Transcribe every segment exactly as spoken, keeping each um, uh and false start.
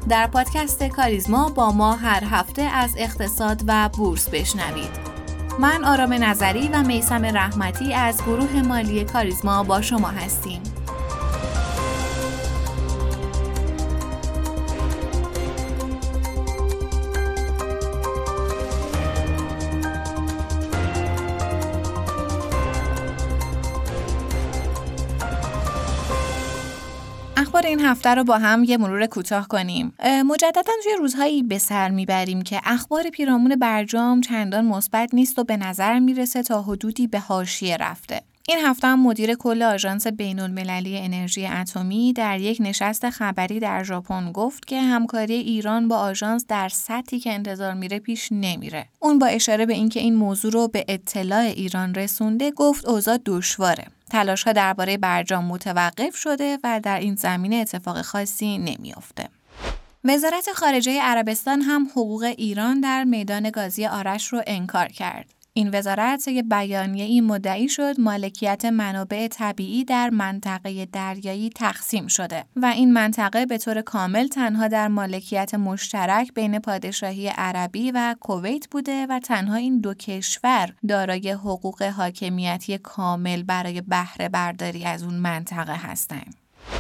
در پادکست کاریزما با ما هر هفته از اقتصاد و بورس بشنوید. من آرام نظری و میثم رحمتی از گروه مالی کاریزما با شما هستیم. اخبار این هفته رو با هم یه مرور کوتاه کنیم. مجددا توی روزهایی به سر میبریم که اخبار پیرامون برجام چندان مثبت نیست و به نظر میرسه تا حدودی به حاشیه رفته. این هفته هم مدیر کل آژانس بین‌المللی انرژی اتمی در یک نشست خبری در ژاپن گفت که همکاری ایران با آژانس در سطحی که انتظار میره پیش نمیره. اون با اشاره به اینکه این موضوع رو به اطلاع ایران رسونده گفت اوضاع دشواره. تلاش‌ها درباره برجام متوقف شده و در این زمینه اتفاق خاصی نمیافته. وزارت خارجه عربستان هم حقوق ایران در میدان گازی آرش رو انکار کرد. این وزارت یک بیانیه‌ای مدعی شد مالکیت منابع طبیعی در منطقه دریایی تقسیم شده و این منطقه به طور کامل تنها در مالکیت مشترک بین پادشاهی عربی و کویت بوده و تنها این دو کشور دارای حقوق حاکمیتی کامل برای بهره برداری از اون منطقه هستند.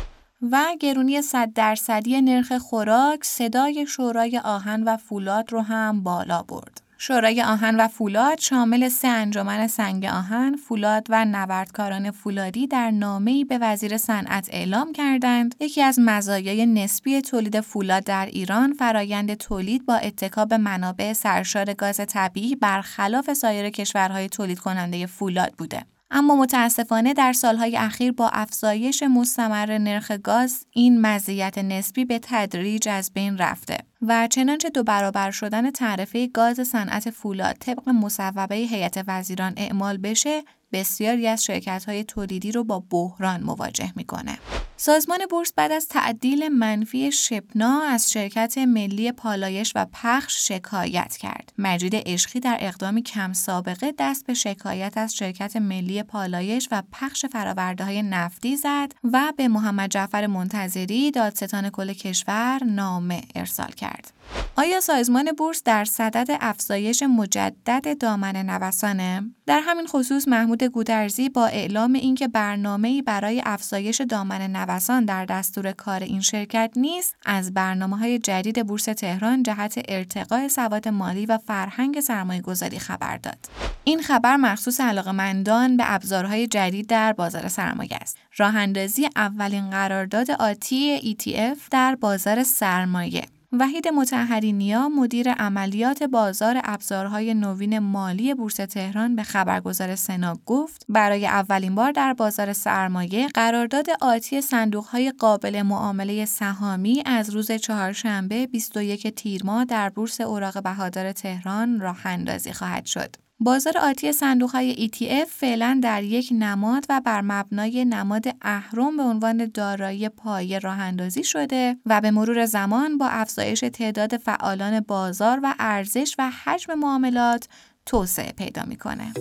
و گرونی صد درصدی نرخ خوراک صدای شورای آهن و فولاد رو هم بالا برد. شورای آهن و فولاد شامل سه انجمن سنگ آهن، فولاد و نوردکاران فولادی در نامه‌ای به وزیر صنعت اعلام کردند یکی از مزایای نسبی تولید فولاد در ایران فرایند تولید با اتکا به منابع سرشار گاز طبیعی برخلاف سایر کشورهای تولید کننده فولاد بوده. اما متاسفانه در سالهای اخیر با افزایش مستمر نرخ گاز این مزیت نسبی به تدریج از بین رفته و چنانچه دو برابر شدن تعرفه گاز صنعت فولاد طبق مصوبه هیئت وزیران اعمال بشه بسیاری از شرکت‌های تولیدی رو با بحران مواجه می‌کنه. سازمان بورس بعد از تعدیل منفی شبنا از شرکت ملی پالایش و پخش شکایت کرد. مجید عشقی در اقدامی کم سابقه دست به شکایت از شرکت ملی پالایش و پخش فرآورده‌های نفتی زد و به محمد جعفر منتظری دادستان کل کشور نامه ارسال کرد. آیا سازمان بورس در صدد افزایش مجدد دامن نوسانه؟ در همین خصوص محمود گودرزی با اعلام اینکه برنامه‌ای برای افزایش دامن نوسان در دستور کار این شرکت نیست، از برنامه‌های جدید بورس تهران جهت ارتقاء سواد مالی و فرهنگ سرمایه‌گذاری خبر داد. این خبر مخصوص علاقه‌مندان به ابزارهای جدید در بازار سرمایه است. راه‌اندازی اولین قرارداد آتی ای تی اف در بازار سرمایه. وحید مطهری نیا مدیر عملیات بازار ابزارهای نوین مالی بورس تهران به خبرگزار سنا گفت برای اولین بار در بازار سرمایه قرارداد آتی صندوق‌های قابل معامله سهامی از روز چهارشنبه بیست و یکم تیر ماه در بورس اوراق بهادار تهران راه اندازی خواهد شد. بازار آتی صندوق‌های ای تی اف فعلا در یک نماد و بر مبنای نماد اهرم به عنوان دارایی پایه راه‌اندازی شده و به مرور زمان با افزایش تعداد فعالان بازار و ارزش و حجم معاملات توسعه پیدا می‌کنه.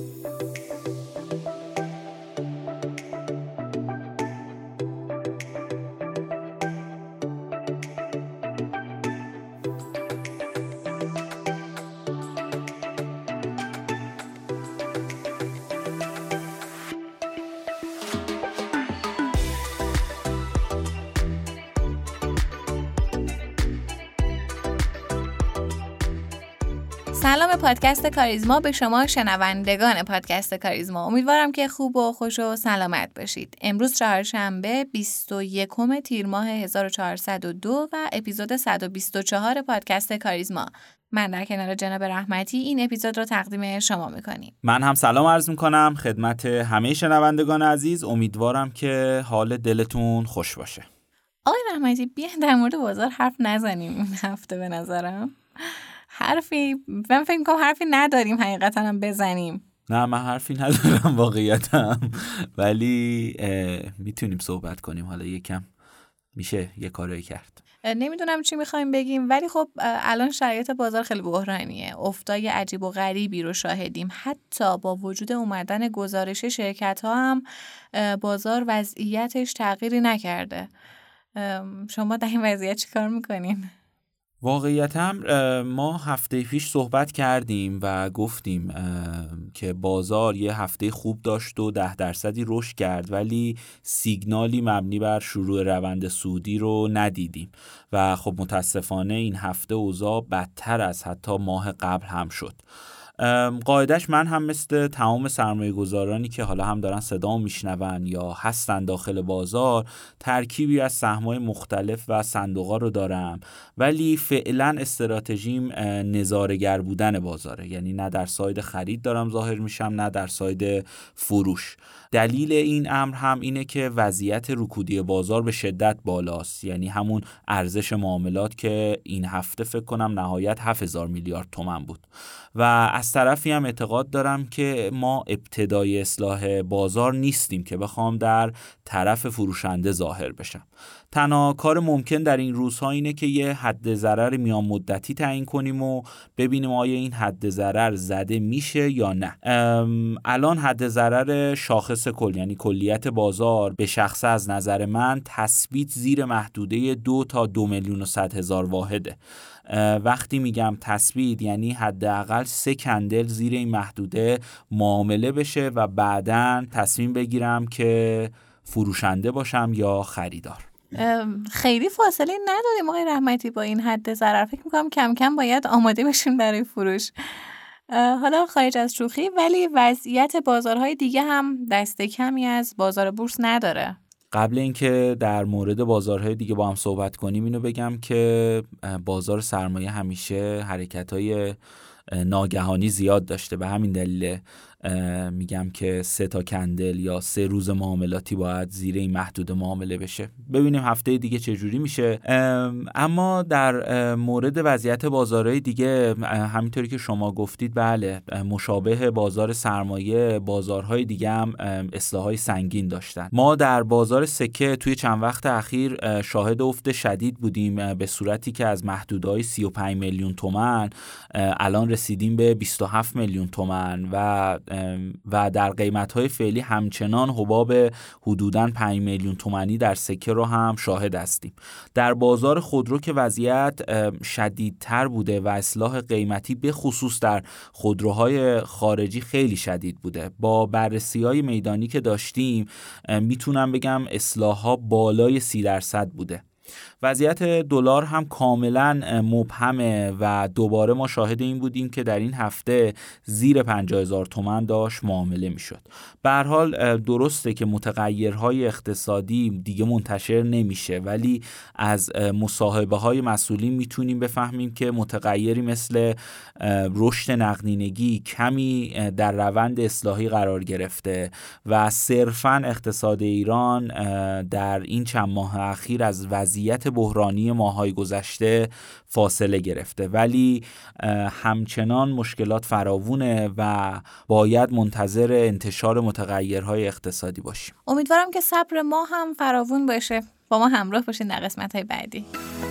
سلام پادکست کاریزما به شما شنوندگان پادکست کاریزما. امیدوارم که خوب و خوش و سلامت باشید. امروز چهارشنبه بیست و یکم تیر ماه هزار و چهارصد و دو و اپیزود صد و بیست و چهار پادکست کاریزما. من در کنار جناب رحمتی این اپیزود رو تقدیم شما میکنیم. من هم سلام عرض میکنم خدمت همه شنوندگان عزیز. امیدوارم که حال دلتون خوش باشه. آقای رحمتی بیاین در مورد بازار حرف نزنیم این هفته. به نظرم حرفی من فکر می‌کنم حرفی نداریم حقیقتا هم بزنیم. نه من حرفی ندارم واقعیتم، ولی میتونیم صحبت کنیم. حالا یکم میشه یه کاری کرد. نمیدونم چی میخوایم بگیم، ولی خب الان شرایط بازار خیلی بحرانیه. افتای عجیب و غریبی رو شاهدیم. حتی با وجود اومدن گزارش شرکت ها هم بازار وضعیتش تغییری نکرده. شما در این وضعیت چی کار میکنین؟ واقعیتاً ما هفته پیش صحبت کردیم و گفتیم که بازار یه هفته خوب داشت و ده درصدی رشد کرد، ولی سیگنالی مبنی بر شروع روند صعودی رو ندیدیم و خب متاسفانه این هفته اوضاع بدتر از حتی ماه قبل هم شد. قاعدش من هم مثل تمام سرمایه گذارانی که حالا هم دارن صدا میشنون یا هستن داخل بازار ترکیبی از سهم‌های مختلف و صندوق‌ها رو دارم، ولی فعلا استراتژیم نظاره‌گر بودن بازاره، یعنی نه در ساید خرید دارم ظاهر میشم نه در ساید فروش. دلیل این امر هم اینه که وضعیت رکودی بازار به شدت بالاست، یعنی همون ارزش معاملات که این هفته فکر کنم نهایت هفت هزار میلیارد تومان بود و از طرفی هم اعتقاد دارم که ما ابتدای اصلاح بازار نیستیم که بخوام در طرف فروشنده ظاهر بشم. تنها کار ممکن در این روزها اینه که یه حد ضرر میان مدتی تعیین کنیم و ببینیم آیا این حد ضرر زده میشه یا نه. الان حد ضرر شاخص کل یعنی کلیت بازار به شخصه از نظر من تثبیت زیر محدوده دو تا دو میلیون و صد هزار واحده. وقتی میگم تثبیت یعنی حداقل سه کندل زیر این محدوده معامله بشه و بعداً تصمیم بگیرم که فروشنده باشم یا خریدار. خیلی فاصله نداریم آقای رحمتی با این حد ضرر. فکر میکنم کم کم باید آماده بشیم برای فروش. حالا خارج از شوخی، ولی وضعیت بازارهای دیگه هم دست کمی از بازار بورس نداره. قبل اینکه در مورد بازارهای دیگه با هم صحبت کنیم اینو بگم که بازار سرمایه همیشه حرکت‌های ناگهانی زیاد داشته، به همین دلیل میگم که سه تا کندل یا سه روز معاملاتی باید زیر این محدود معامله بشه. ببینیم هفته دیگه چه جوری میشه. اما در مورد وضعیت بازارهای دیگه همینطوری که شما گفتید، بله مشابه بازار سرمایه بازارهای دیگه هم اصلاحات سنگین داشتن. ما در بازار سکه توی چند وقت اخیر شاهد افت شدید بودیم به صورتی که از محدودهای سی و پنج میلیون تومان الان رسیدیم به بیست و هفت میلیون تومان و و در قیمت‌های فعلی همچنان حباب حدوداً پنج میلیون تومانی در سکه رو هم شاهد هستیم. در بازار خودرو که وضعیت شدیدتر بوده و اصلاح قیمتی به خصوص در خودروهای خارجی خیلی شدید بوده. با بررسی‌های میدانی که داشتیم میتونم بگم اصلاح‌ها بالای سی درصد بوده. وضعیت دلار هم کاملا مبهمه و دوباره ما شاهد این بودیم که در این هفته زیر پنجاه هزار تومان داشت معامله میشد. به هر حال درسته که متغیرهای اقتصادی دیگه منتشر نمیشه، ولی از مصاحبه های مسئولین میتونیم بفهمیم که متغیری مثل رشد نقدینگی کمی در روند اصلاحی قرار گرفته و صرفاً اقتصاد ایران در این چند ماه اخیر از وضعیت بحرانی ماهای گذشته فاصله گرفته، ولی همچنان مشکلات فراوونه و باید منتظر انتشار متغیرهای اقتصادی باشیم. امیدوارم که صبر ما هم فراوون باشه. با ما همراه باشین در قسمت‌های بعدی.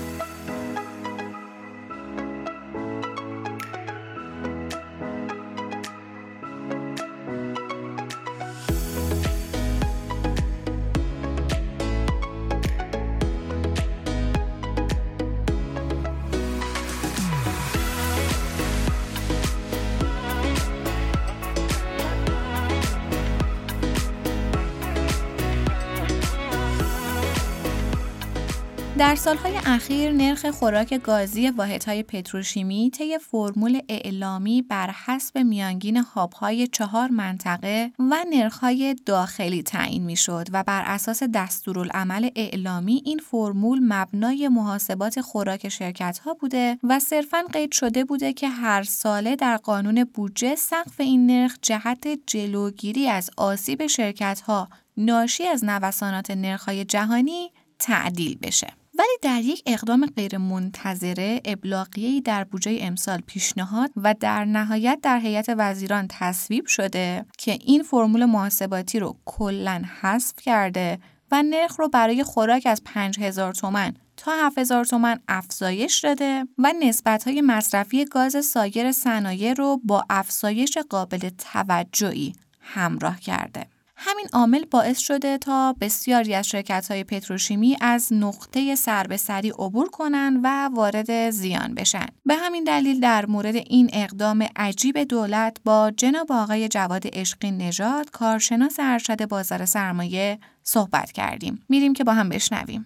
در سالهای اخیر نرخ خوراک گازی واحدهای پتروشیمی طی فرمول اعلامی بر حسب میانگین هاب‌های چهار منطقه و نرخ‌های داخلی تعیین می‌شد و بر اساس دستورالعمل اعلامی این فرمول مبنای محاسبات خوراک شرکت‌ها بوده و صرفاً قید شده بوده که هر ساله در قانون بودجه سقف این نرخ جهت جلوگیری از آسیب شرکت‌ها ناشی از نوسانات نرخ‌های جهانی تعدیل بشه. ولی در یک اقدام غیر منتظره ابلاغیه‌ای در بودجه امسال پیشنهاد و در نهایت در هیئت وزیران تصویب شده که این فرمول محاسباتی رو کلاً حذف کرده و نرخ رو برای خوراک از پنج هزار تومان تا هفت هزار تومان افزایش داده و نسبت‌های مصرفی گاز سایر صنایع رو با افزایش قابل توجهی همراه کرده. همین عامل باعث شده تا بسیاری از شرکت‌های پتروشیمی از نقطه سر به سری عبور کنن و وارد زیان بشن. به همین دلیل در مورد این اقدام عجیب دولت با جناب آقای جواد عشقی نژاد، کارشناس ارشد بازار سرمایه، صحبت کردیم. میریم که با هم بشنویم.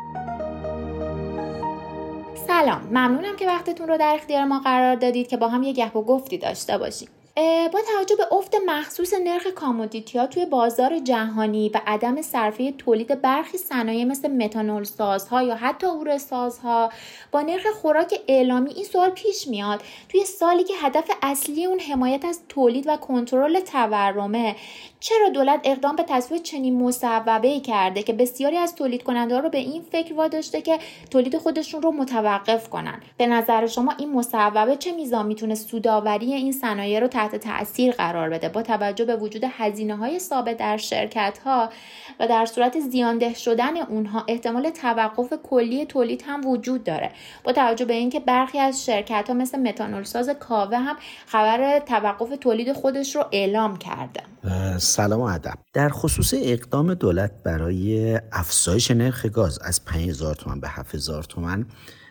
سلام، ممنونم که وقتتون رو در اختیار ما قرار دادید که با هم یه گپ و گفتی داشته باشیم. با توجه به افت محسوس نرخ کامودیتی‌ها توی بازار جهانی و عدم صرفه تولید برخی صنایع مثل متانول سازها یا حتی اوره سازها، با نرخ خوراک اعلامی این سوال پیش میاد: توی سالی که هدف اصلی اون حمایت از تولید و کنترل تورمه، چرا دولت اقدام به تصویب چنین مصوبه‌ای کرده که بسیاری از تولید کننده‌ها رو به این فکر واداشته که تولید خودشون رو متوقف کنن؟ به نظر شما این مصوبه چه میزان میتونه سودآوری این صنایع رو تحت تأثیر قرار بده با توجه به وجود هزینه‌های ثابت در شرکت‌ها و در صورت زیانده شدن اونها احتمال توقف کلی تولید هم وجود داره، با توجه به اینکه برخی از شرکت‌ها مثل متانول ساز کاوه هم خبر توقف تولید خودش رو اعلام کرده؟ سلام و ادب. در خصوص اقدام دولت برای افزایش نرخ گاز از پنج هزار تومان به هفت هزار تومان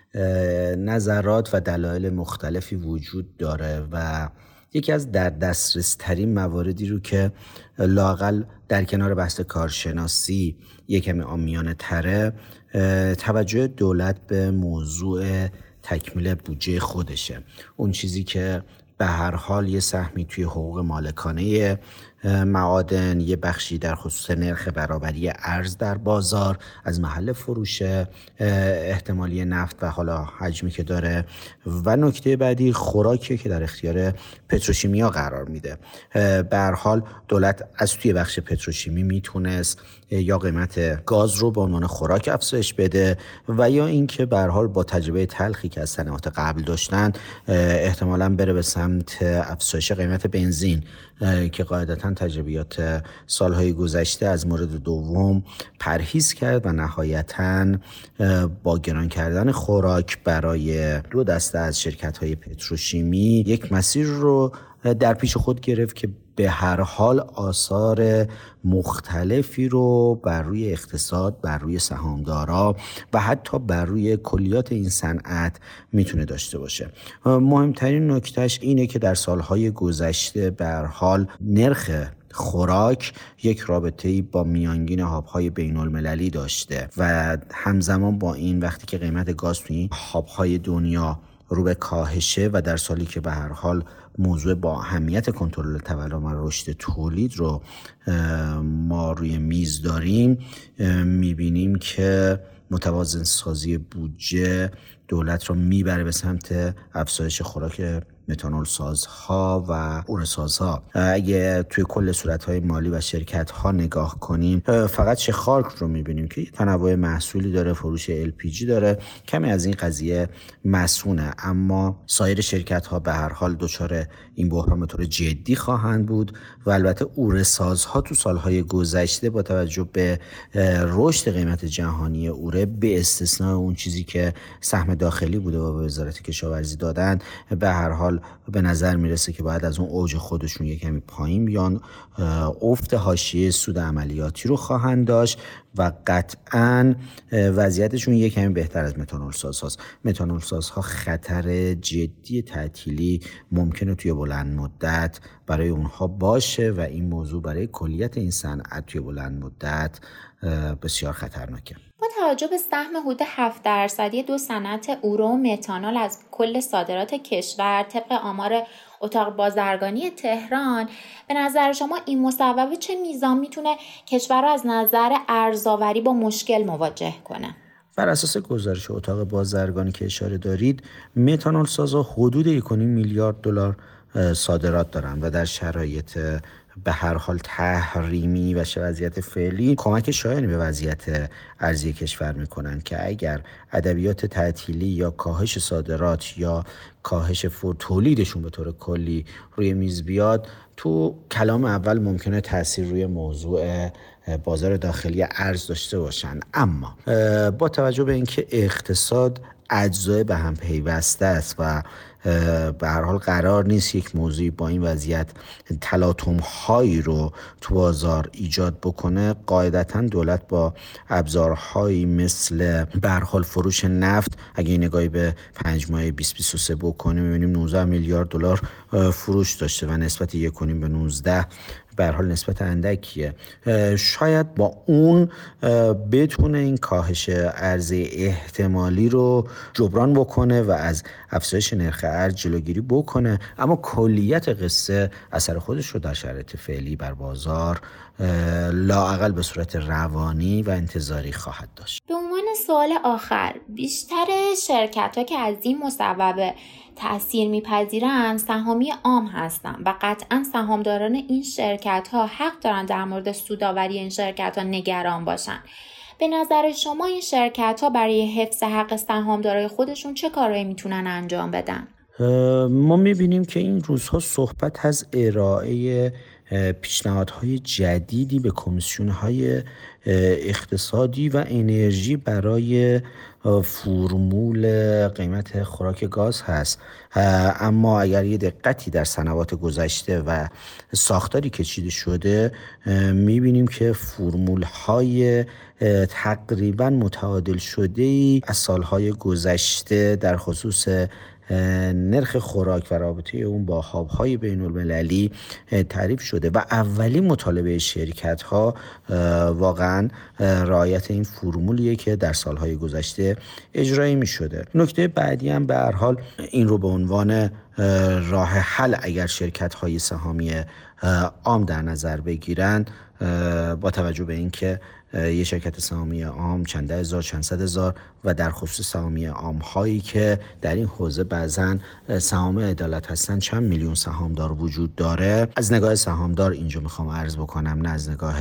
نظرات و دلایل مختلفی وجود داره و یکی از در دسترس ترین مواردی رو که لااقل در کنار بحث کارشناسی یک کمی عامیانه تره، توجه دولت به موضوع تکمیل بودجه خودشه. اون چیزی که به هر حال یه سهمی توی حقوق مالکانه معادن، یه بخشی در خصوص نرخ برابری ارز در بازار از محل فروش احتمالی نفت و حالا حجمی که داره، و نکته بعدی خوراکیه که در اختیار پتروشیمیا قرار میده. به هر حال دولت از توی بخش پتروشیمی میتونست یا قیمت گاز رو به عنوان خوراک افزایش بده و یا اینکه به هر حال با تجربه تلخی که از سنوات قبل داشتن احتمالاً بره به سمت افزایش قیمت بنزین که قاعدتاً تجربیات سالهای گذشته از مورد دوم پرهیز کرد و نهایتاً با گران کردن خوراک برای دو دسته از شرکت‌های پتروشیمی یک مسیر رو در پیش خود گرفت که به هر حال آثار مختلفی رو بر روی اقتصاد، بر روی سهامدارا و حتی بر روی کلیات این صنعت میتونه داشته باشه. مهمترین نکتهش اینه که در سالهای گذشته به هر حال نرخ خوراک یک رابطه‌ای با میانگین هاب‌های بین‌المللی داشته و همزمان با این وقتی که قیمت گاز توی هاب‌های دنیا رو به کاهشه و در سالی که به هر حال موضوع با اهمیت کنترل تورم و رشد تولید رو ما روی میز داریم، میبینیم که متوازن سازی بودجه دولت رو میبره به سمت افزایش خوراک متانول سازها و اوره سازها. اگه توی کل صورتهای مالی و شرکت ها نگاه کنیم، فقط شخارک رو میبینیم که تنوع محصولی داره، فروش ال پی جی داره، کمی از این قضیه مسئونه، اما سایر شرکت ها به هر حال دچار این بحران به طور جدی خواهند بود و البته اوره سازها تو سالهای گذشته با توجه به رشد قیمت جهانی اوره به استثناء اون چیزی که سهم داخلی بوده و به وزارت کشاورزی دادن، به هر حال به نظر میرسه که باید از اون اوج خودشون یک کمی پایین بیان، افت حاشیه سود عملیاتی رو خواهند داشت و قطعاً وضعیتشون یک کمی بهتر از متانول سازهاست. متانول سازها خطر جدی تعطیلی ممکنه توی بلند مدت برای اونها باشه و این موضوع برای کلیت این صنعت توی بلند مدت بسیار خطرناکه. با توجه به سهم حدود هفت درصدی دو صنعت اوره و متانول از کل صادرات کشور طبق آمار اتاق بازرگانی تهران، به نظر شما این مصوبه چه میزان میتونه کشور رو از نظر ارزآوری با مشکل مواجه کنه؟ بر اساس گزارش اتاق بازرگانی که اشاره دارید، متانول سازها حدود یک و نیم میلیارد دلار صادرات دارن و در شرایط به هر حال تحریمی و وضعیت فعلی کمک شایانی به وضعیت ارزی کشور میکنن که اگر ادبیات تعطیلی یا کاهش صادرات یا کاهش فور تولیدشون به طور کلی روی میز بیاد، تو کلام اول ممکنه تأثیر روی موضوع بازار داخلی ارز داشته باشن، اما با توجه به اینکه اقتصاد اجزای به هم پیوسته است و به هر حال قرار نیست یک موضوعی با این وضعیت تلاطم هایی رو تو بازار ایجاد بکنه، قاعدتاً دولت با ابزارهایی مثل به هر حال فروش نفت، اگه این نگاهی به پنج ماه بیست بیست و سه بکنیم می‌بینیم نوزده میلیارد دلار فروش داشته و نسبت یک و نیم به نوزده به هر حال نسبت اندکیه. شاید با اون بتونه این کاهش عرضه احتمالی رو جبران بکنه و از افزایش نرخ ارز جلوگیری بکنه، اما کلیت قصه اثر خودش رو در شرایط فعلی بر بازار لااقل به صورت روانی و انتظاری خواهد داشت. به عنوان سوال آخر، بیشتر شرکت‌ها که از این مسبب تأثیر میپذیرن سهامی عام هستن و قطعا سهامداران این شرکت‌ها حق دارن در مورد سودآوری این شرکت‌ها نگران باشن. به نظر شما این شرکت‌ها برای حفظ حق سهامدارای خودشون چه کارایی میتونن انجام بدن؟ ما میبینیم که این روزها صحبت از ارائه پیشنهادهای جدیدی به کمیسیون‌های اقتصادی و انرژی برای فرمول قیمت خوراک گاز هست، اما اگر یه دقتی در سنوات گذشته و ساختاری که چیده شده میبینیم که فرمول‌های تقریباً متعادل شده‌ای از سالهای گذشته در خصوص نرخ خوراک و رابطه اون با هاب‌های بین‌المللی تعریف شده و اولین مطالبه شرکت‌ها واقعاً رعایت این فرمولیه که در سالهای گذشته اجرایی می‌شده. نکته بعدی هم به هر حال این رو به عنوان راه حل اگر شرکت‌های سهامی عام در نظر بگیرن، با توجه به اینکه یه شرکت سهامی عام چند ده هزار چند صد هزار و در خصوص سهامی عام هایی که در این حوزه بعضن سهام عدالت هستن چند میلیون سهامدار وجود داره. از نگاه سهامدار اینجا میخوام عرض بکنم، نه از نگاه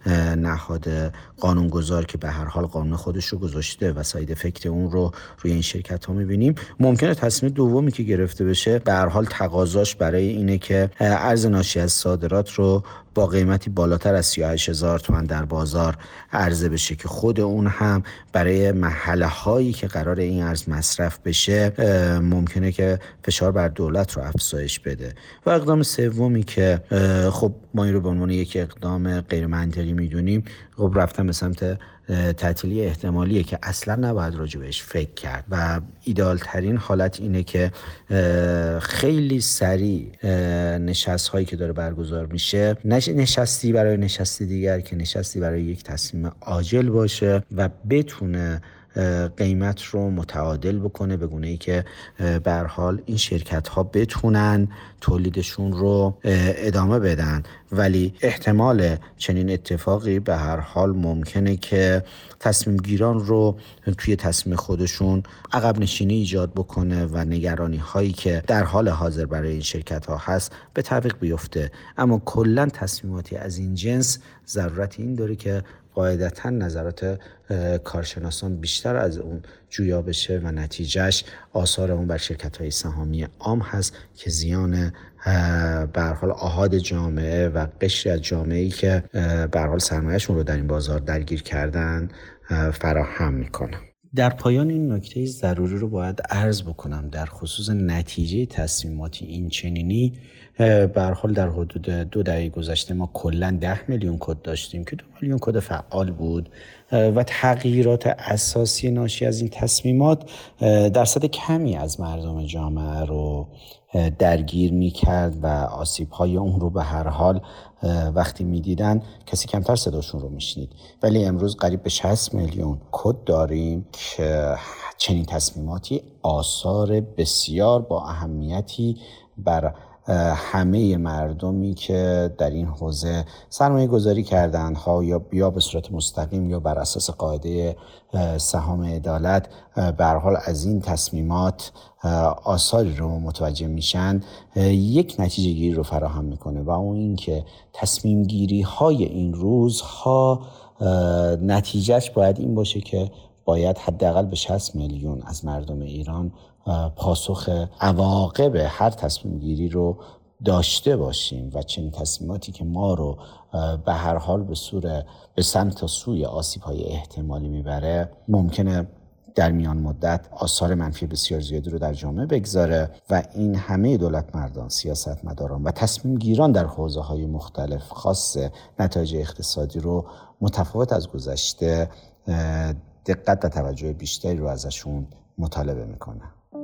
نهاد قانونگذار که به هر حال قانون خودش رو گذاشته و ساید فکر اون رو روی این شرکت ها میبینیم. ممکنه تصمیم دومی که گرفته بشه به هر حال تقاضاش برای اینه که ارز ناشی از صادرات رو با قیمتی بالاتر از سی و هشت هزار تومان در بازار عرضه بشه که خود اون هم برای محله هایی که قرار این ارز مصرف بشه ممکنه که فشار بر دولت رو افزایش بده. و اقدام سومی که خب ما این رو به عنوان یک اقدام غیر منطقی میدونیم، خب رفتن به سمت تعطیلی احتمالیه که اصلا نباید راجع بهش فکر کرد و ایدئال ترین حالت اینه که خیلی سریع نشست هایی که داره برگزار میشه نشستی برای نشستی دیگر که نشستی برای یک تصمیم عاجل باشه و بتونه قیمت رو متعادل بکنه به گونه‌ای که به هر حال این شرکت ها بتونن تولیدشون رو ادامه بدن. ولی احتمال چنین اتفاقی به هر حال ممکنه که تصمیم گیران رو توی تصمیم خودشون عقب نشینی ایجاد بکنه و نگرانی هایی که در حال حاضر برای این شرکت ها هست به تعویق بیفته. اما کلا تصمیماتی از این جنس ضرورت این داره که قاعدتاً نظرات کارشناسان بیشتر از اون جویا بشه و نتیجهش آثار اون بر شرکت‌های سهامی عام هست که زیان به هر حال آحاد جامعه و قشری از جامعه‌ای که به هر حال سرمایه‌شون رو در این بازار درگیر کردن فراهم میکنه. در پایان این نکته ضروری رو باید عرض بکنم در خصوص نتیجه تصمیماتی این چنینی. به هر حال در حدود دو دهه گذشته ما کلا ده میلیون کد داشتیم که دو میلیون کد فعال بود و تغییرات اساسی ناشی از این تصمیمات درصد کمی از مردم جامعه رو درگیر میکرد و آسیب‌های اون رو به هر حال وقتی میدیدن کسی کمتر صداشون رو میشنید. ولی امروز قریب به شصت میلیون کد داریم که چنین تصمیماتی آثار بسیار با اهمیتی بر همه مردمی که در این حوزه سرمایه گذاری کردن ها یا یا به صورت مستقیم یا بر اساس قاعده سهام عدالت به هر حال از این تصمیمات آثاری رو متوجه میشن، یک نتیجه گیری رو فراهم میکنه و اون این که تصمیم گیری های این روزها نتیجهش باید این باشه که باید حداقل به شصت میلیون از مردم ایران پاسخ عواقب هر تصمیم گیری رو داشته باشیم و چنین تصمیماتی که ما رو به هر حال به صورت به سمت و سوی آسیب‌های احتمالی میبره ممکنه در میان مدت آثار منفی بسیار زیادی رو در جامعه بگذاره و این همه دولت مردان، سیاستمداران و تصمیم گیران در حوزه‌های مختلف خاص نتایج اقتصادی رو متفاوت از گذشته دقت و توجه بیشتری رو ازشون مطالبه میکنه.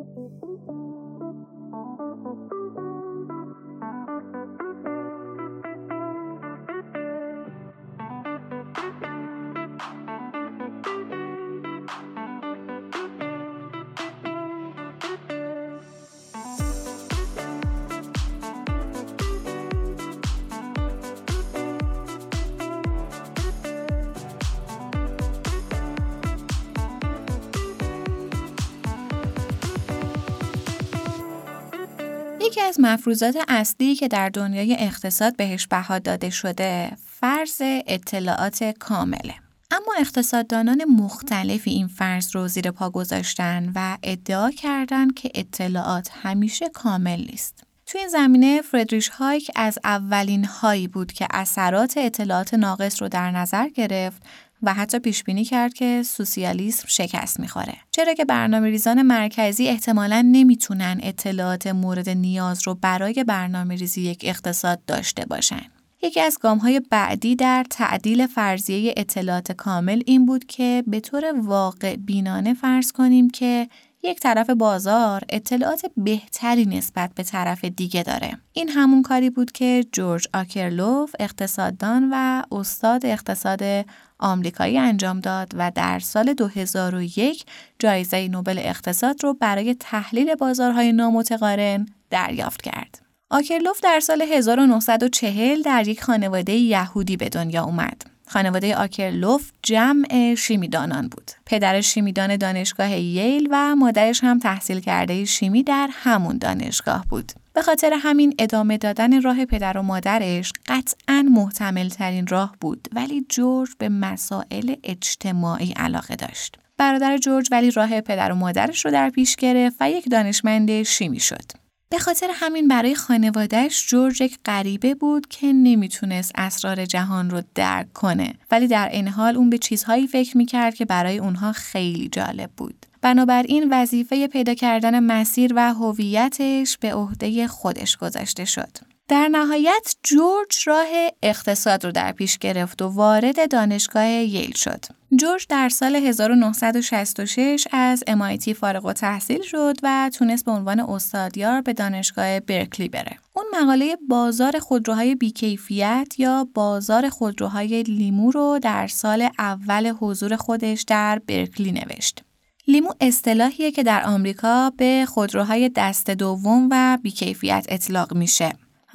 یکی از مفروضات اصلی که در دنیای اقتصاد بهش بها داده شده فرض اطلاعات کامله. اما اقتصاددانان مختلفی این فرض رو زیر پا گذاشتن و ادعا کردن که اطلاعات همیشه کامل نیست. توی این زمینه فریدریش هایک از اولین هایی بود که اثرات اطلاعات ناقص رو در نظر گرفت و حتی پیش بینی کرد که سوسیالیسم شکست می‌خوره. چرا که برنامه‌ریزان مرکزی احتمالاً نمیتونن اطلاعات مورد نیاز رو برای برنامه‌ریزی یک اقتصاد داشته باشن. یکی از گام‌های بعدی در تعدیل فرضیه اطلاعات کامل این بود که به طور واقع بینانه فرض کنیم که یک طرف بازار اطلاعات بهتری نسبت به طرف دیگه داره. این همون کاری بود که جورج آکرلوف اقتصاددان و استاد اقتصاد آمریکایی انجام داد و در سال دو هزار و یک جایزه نوبل اقتصاد رو برای تحلیل بازارهای نامتقارن دریافت کرد. آکرلوف در سال هزار و نهصد و چهل در یک خانواده یهودی به دنیا اومد. خانواده آکرلوف جمع شیمیدانان بود. پدرش شیمیدان دانشگاه ییل و مادرش هم تحصیل کرده شیمی در همون دانشگاه بود. به خاطر همین ادامه دادن راه پدر و مادرش قطعاً محتمل ترین راه بود، ولی جورج به مسائل اجتماعی علاقه داشت. برادر جورج ولی راه پدر و مادرش رو در پیش گرفت و یک دانشمند شیمی شد. به خاطر همین برای خانواده‌اش جورج یک غریبه بود که نمیتونست اسرار جهان رو درک کنه، ولی در این حال اون به چیزهایی فکر میکرد که برای اونها خیلی جالب بود. بنابراین وظیفه پیدا کردن مسیر و هویتش به عهده خودش گذاشته شد. در نهایت جورج راه اقتصاد رو در پیش گرفت و وارد دانشگاه ییل شد. جورج در سال هزار و نهصد و شصت و شش از ام آی تی فارغ التحصیل شد و تونست به عنوان استادیار به دانشگاه برکلی بره. اون مقاله بازار خودروهای بیکیفیت یا بازار خودروهای لیمو رو در سال اول حضور خودش در برکلی نوشت. لیمو اصطلاحیه که در آمریکا به خودروهای دست دوم و بیکیفیت اطلاق میشه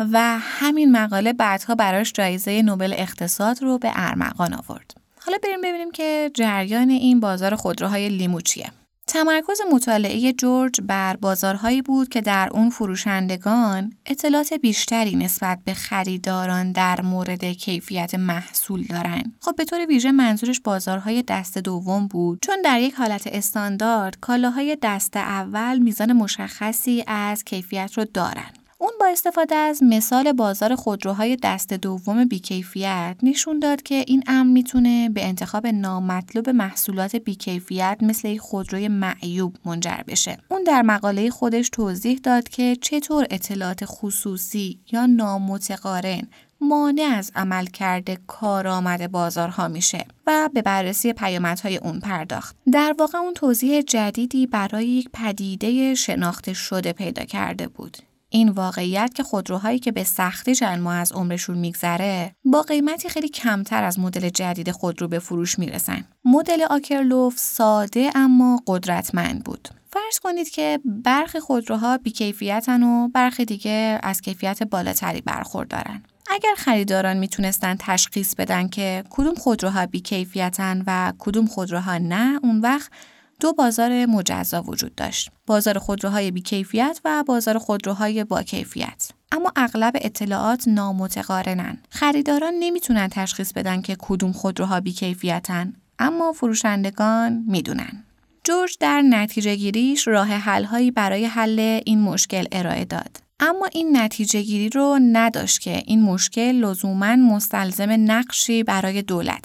و همین مقاله بعدها براش جایزه نوبل اقتصاد رو به ارمغان آورد. حالا بریم ببینیم که جریان این بازار خودروهای لیمو چیه. تمرکز مطالعه جورج بر بازارهایی بود که در اون فروشندگان اطلاعات بیشتری نسبت به خریداران در مورد کیفیت محصول دارن. خب به طور ویژه منظورش بازارهای دست دوم بود، چون در یک حالت استاندارد کالاهای دست اول میزان مشخصی از کیفیت رو دارن. اون با استفاده از مثال بازار خودروهای دست دوم بیکیفیت نشون داد که این امر میتونه به انتخاب نامطلوب محصولات بیکیفیت مثل یک خودروی معیوب منجر بشه. اون در مقاله خودش توضیح داد که چطور اطلاعات خصوصی یا نامتقارن مانع از عملکرد کارآمد بازارها میشه و به بررسی پیامدهای اون پرداخت. در واقع اون توضیح جدیدی برای یک پدیده شناخته شده پیدا کرده بود. این واقعیت که خودروهایی که به سختی چند ماه از عمرشون میگذره با قیمتی خیلی کمتر از مدل جدید خودرو به فروش میرسن. مدل آکرلوف ساده اما قدرتمند بود. فرض کنید که برخی خودروها بیکیفیتن و برخی دیگه از کیفیت بالاتری برخوردارن. اگر خریداران میتونستن تشخیص بدن که کدوم خودروها بیکیفیتن و کدوم خودروها نه، اون وقت دو بازار مجزا وجود داشت. بازار خودروهای بیکیفیت و بازار خودروهای با کیفیت. اما اغلب اطلاعات نامتقارنن. خریداران نمیتونن تشخیص بدن که کدوم خودروها بیکیفیتن، اما فروشندگان میدونن. جورج در نتیجه گیریش راه حل‌هایی برای حل این مشکل ارائه داد. اما این نتیجه گیری رو نداشت که این مشکل لزوماً مستلزم نقشی برای دولته.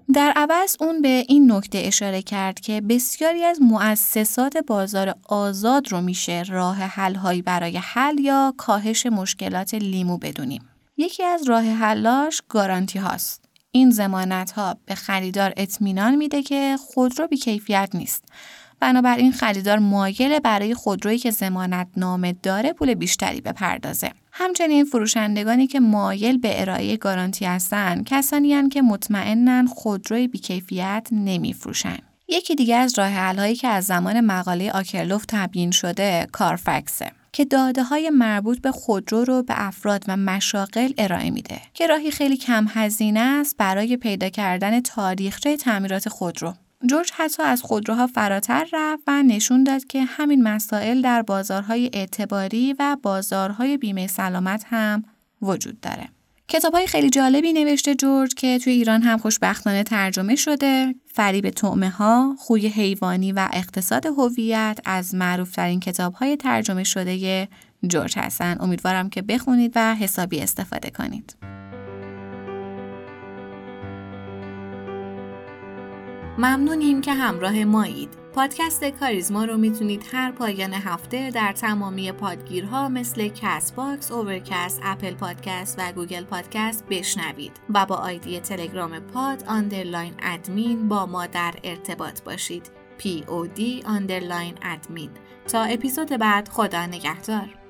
در عوض اون به این نکته اشاره کرد که بسیاری از مؤسسات بازار آزاد رو میشه راه حل‌هایی برای حل یا کاهش مشکلات لیمو بدونیم. یکی از راه حلاش گارانتی هاست. این ضمانت ها به خریدار اطمینان میده که خودرو بی‌کیفیت نیست. بنابراین خریدار مایل برای خودرویی که ضمانت نامه داره پول بیشتری بپردازه. همچنین فروشندگانی که مایل به ارائه گارانتی هستن کسانی هستند که مطمئنن خودروی بی‌کیفیت نمیفروشن. یکی دیگه از راه حل‌هایی که از زمان مقاله آکرلوف تبیین شده کارفکسه که داده‌های مربوط به خودرو رو به افراد و مشاغل ارائه میده که راهی خیلی کم هزینه است برای پیدا کردن تاریخچه تعمیرات خودرو. جورج حتی از خودروها فراتر رفت و نشون داد که همین مسائل در بازارهای اعتباری و بازارهای بیمه سلامت هم وجود داره. کتاب‌های خیلی جالبی نوشته جورج که توی ایران هم خوشبختانه ترجمه شده. فریب طعمه‌ها، خوی حیوانی و اقتصاد هویت از معروف‌ترین کتاب‌های ترجمه شده جورج هستن. امیدوارم که بخونید و حسابی استفاده کنید. ممنونیم که همراه مایید. پادکست کاریزما رو میتونید هر پایان هفته در تمامی پادگیرها مثل کست باکس، اوورکست، اپل پادکست و گوگل پادکست بشنوید و با آیدی تلگرام پاد آندرلاین ادمین با ما در ارتباط باشید. پی او دی آندرلاین ادمین. تا اپیزود بعد، خدا نگهدار.